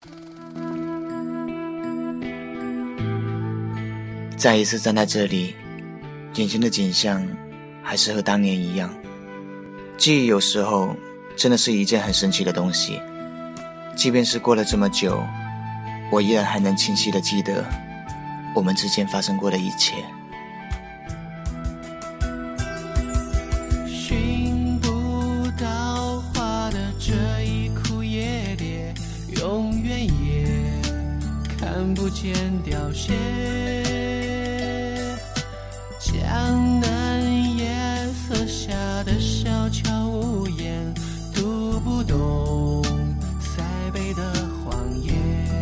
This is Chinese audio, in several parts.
再一次站在这里，眼前的景象还是和当年一样。记忆有时候真的是一件很神奇的东西，即便是过了这么久，我依然还能清晰地记得我们之间发生过的一切。 寻不到花的这一枯叶蝶，永远也看不见凋谢。江南夜色下的小桥屋檐，读不懂塞北的荒野。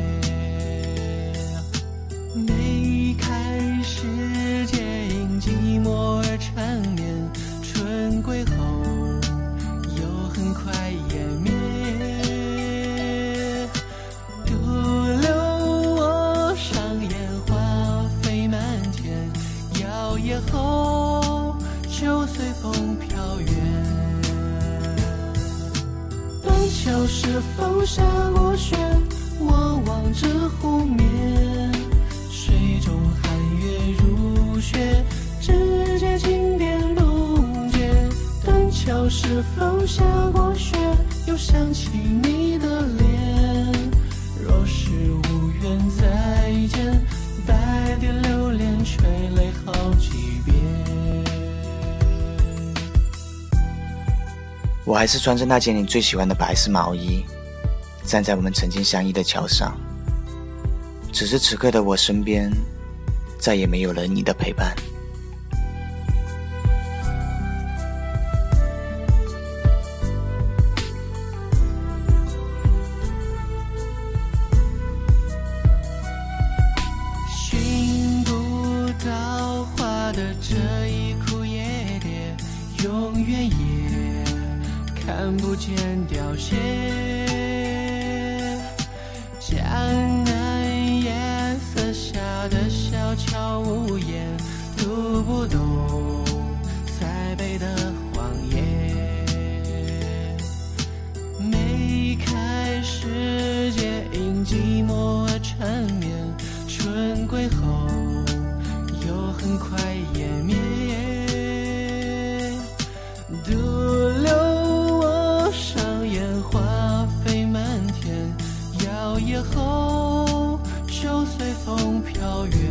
梅开时节因寂寞而缠绵，春归后又很快湮灭。独留我上烟花飞满天，摇曳后就随风飘远。断桥是否下过雪，我望着湖面，水中寒月如雪，指尖轻点路节。断桥是否下过雪，又想起你的脸。若是无缘再见，白蝶流连垂泪好几遍。 我还是穿着那件你最喜欢的白色毛衣，站在我们曾经相依的桥上。只是此刻的我身边再也没有了你的陪伴。 寻不到花的这一枯叶蝶，永远也看不见凋谢。江南夜色下的小桥屋檐，读不懂塞北的荒野。梅开时节因寂寞而缠绵，春归后又很快湮灭。独留我上烟花飞满天，摇曳后就随风飘远。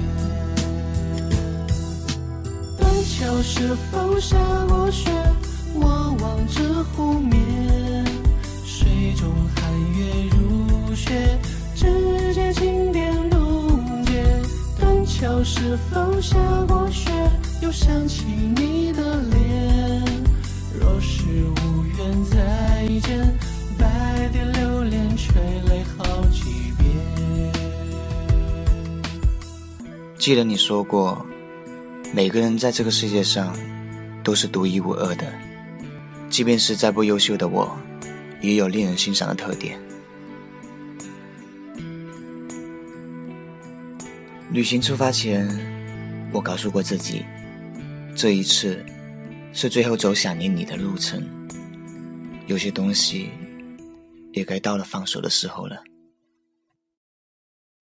断桥是否下过雪，我望着湖面，水中寒月如雪，指尖轻点路节。断桥是否下过雪，又想起你的脸。若是无缘再见，白蝶流连垂泪好几遍。 记得你说过，每个人在这个世界上都是独一无二的，即便是再不优秀的我，也有令人欣赏的特点。旅行出发前，我告诉过自己，这一次是最后走想念你的路程，有些东西也该到了放手的时候了。